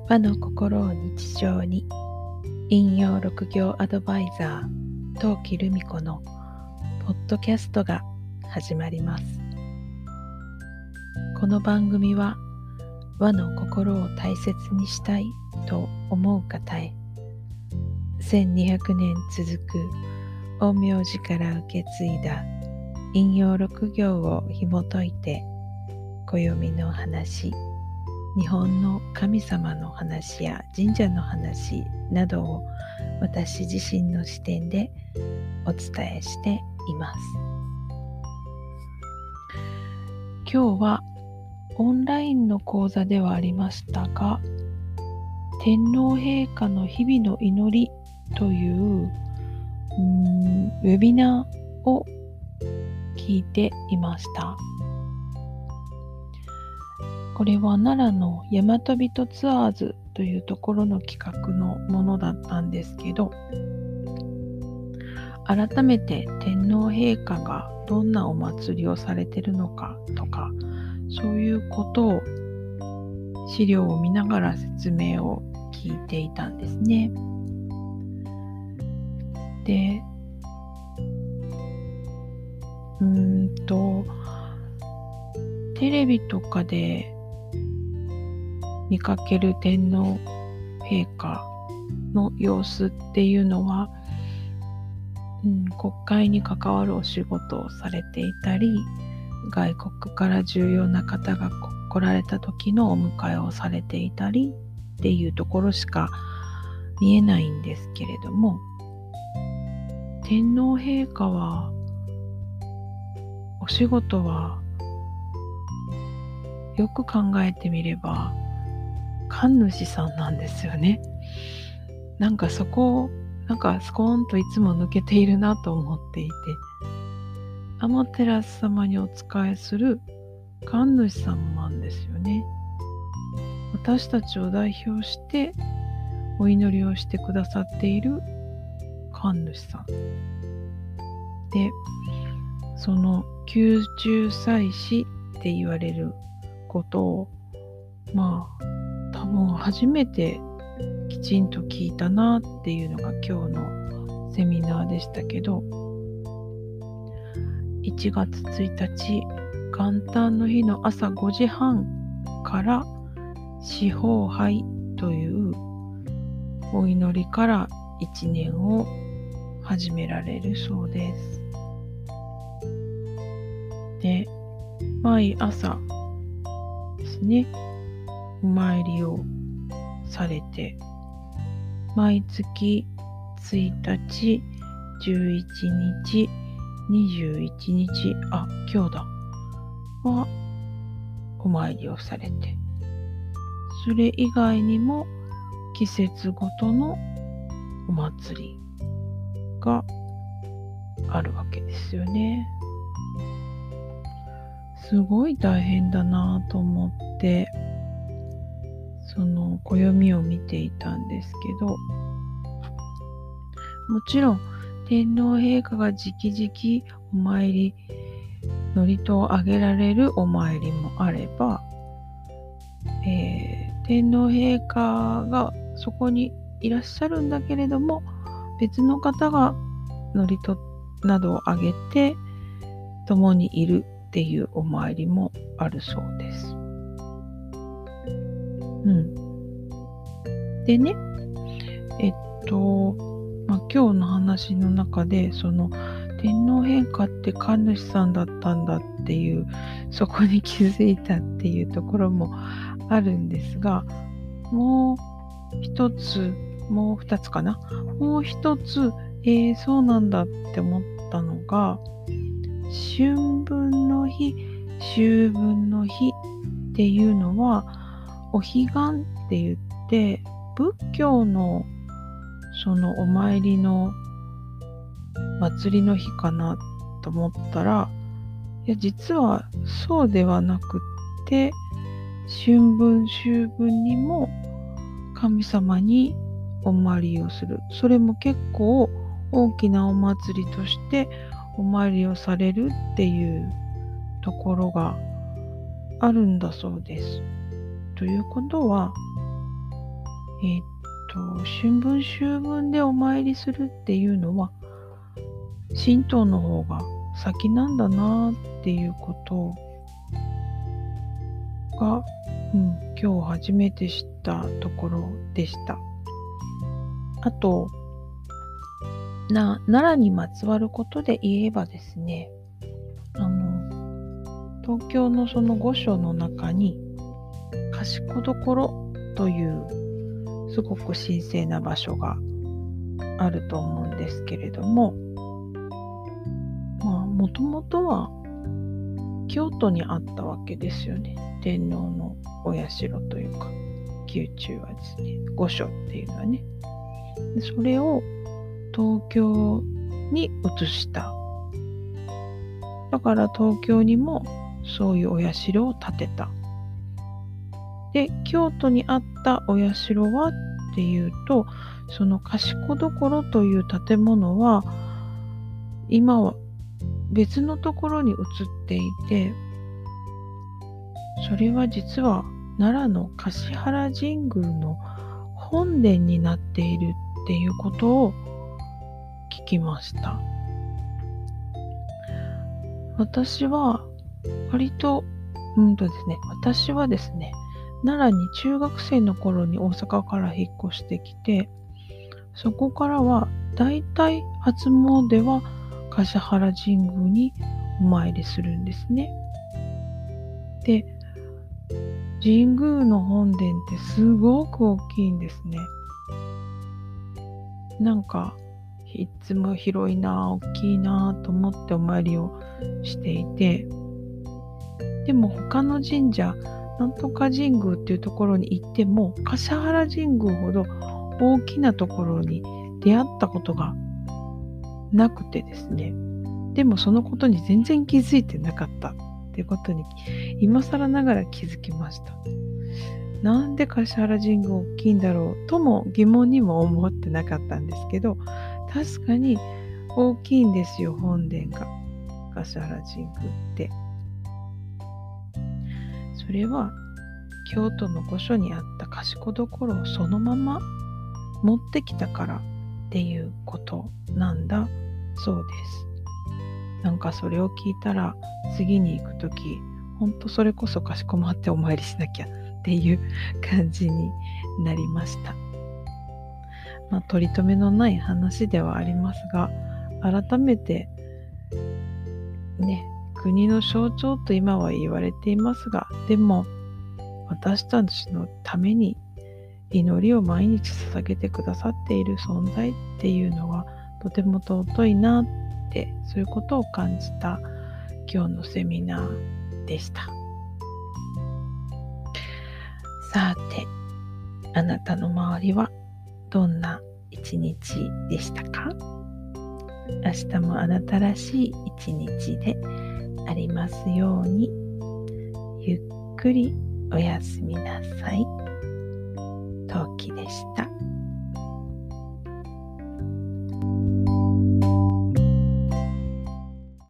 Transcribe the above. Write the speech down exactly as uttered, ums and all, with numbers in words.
和の心を日常に、引用六行アドバイザー陶器留美子のポッドキャストが始まります。この番組は和の心を大切にしたいと思う方へ、せんにひゃくねん続く陰陽師から受け継いだ引用六行を紐解いて、暦の話、日本の神様の話や神社の話などを私自身の視点でお伝えしています。今日はオンラインの講座ではありましたが、天皇陛下の日々の祈りといううーんウェビナーを聞いていました。これは奈良の大和人ツアーズというところの企画のものだったんですけど、改めて天皇陛下がどんなお祭りをされているのかとか、そういうことを資料を見ながら説明を聞いていたんですね。で、うーんとテレビとかで見かける天皇陛下の様子っていうのは、うん、国会に関わるお仕事をされていたり、外国から重要な方が来られた時のお迎えをされていたりっていうところしか見えないんですけれども、天皇陛下はお仕事はよく考えてみれば神主さんなんですよね。なんかそこをなんかスコーンといつも抜けているなと思っていて、天照様にお仕えする神主さんなんですよね。私たちを代表してお祈りをしてくださっている神主さんで、その宮中祭祀って言われることをまあ多分初めてきちんと聞いたなっていうのが今日のセミナーでしたけど、いちがつついたち元旦の日の朝ごじはんから四方拝というお祈りからいちねんを始められるそうです。で、毎朝ですね、お参りをされて、毎月ついたち、じゅういちにち、にじゅういちにち、あ、今日だ、はお参りをされて、それ以外にも季節ごとのお祭りがあるわけですよね。すごい大変だなと思ってその暦を見ていたんですけど、もちろん天皇陛下が直々お参り祝詞をあげられるお参りもあれば、えー、天皇陛下がそこにいらっしゃるんだけれども、別の方が祝詞などをあげて共にいるっていうお参りもあるそうです。うん。でね、えっと、まあ、今日の話の中で、その天皇陛下って神主さんだったんだっていう、そこに気づいたっていうところもあるんですが、もう一つ、もう二つかな。もう一つ、えー、そうなんだって思ったのが、春分の日、秋分の日っていうのは、お彼岸って言って仏教のそのお参りの祭りの日かなと思ったら、いや実はそうではなくって、春分秋分にも神様にお参りをする、それも結構大きなお祭りとしてお参りをされるっていうところがあるんだそうです。ということは、 えっと、春分秋分でお参りするっていうのは、神道の方が先なんだなっていうことが、うん、今日初めて知ったところでした。あと、な奈良にまつわることで言えばですね、あの東京のその御所の中に賢所というすごく神聖な場所があると思うんですけれども、まあもともとは京都にあったわけですよね。天皇のお社というか宮中はですね、御所っていうのはね。でそれを東京に移した。だから東京にもそういうお社を建てた。で、京都にあったお社はっていうと、その賢所という建物は今は別のところに移っていて、それは実は奈良の橿原神宮の本殿になっているっていうことを聞きました。私は割と、うんとですね、私はですね、奈良に中学生の頃に大阪から引っ越してきて、そこからはだいたい初詣は橿原神宮にお参りするんですね。で、神宮の本殿ってすごく大きいんですね。なんかいつも広いな、大きいなと思ってお参りをしていて、でも他の神社、なんとか神宮っていうところに行っても、橿原神宮ほど大きなところに出会ったことがなくてですね。でもそのことに全然気づいてなかったっていうことに今更ながら気づきました。なんで橿原神宮大きいんだろうとも疑問にも思ってなかったんですけど、確かに大きいんですよ、本殿が。橿原神宮って。それは京都の御所にあった賢所をそのまま持ってきたからっていうことなんだそうです。なんかそれを聞いたら次に行くとき、ほんとそれこそかしこまってお参りしなきゃっていう感じになりました。まあ、取り留めのない話ではありますが、改めてね、国の象徴と今は言われていますが、でも私たちのために祈りを毎日捧げてくださっている存在っていうのはとても尊いなって、そういうことを感じた今日のセミナーでした。さて、あなたの周りはどんな一日でしたか？明日もあなたらしい一日でありますように。ゆっくりおやすみなさい。陶器でした。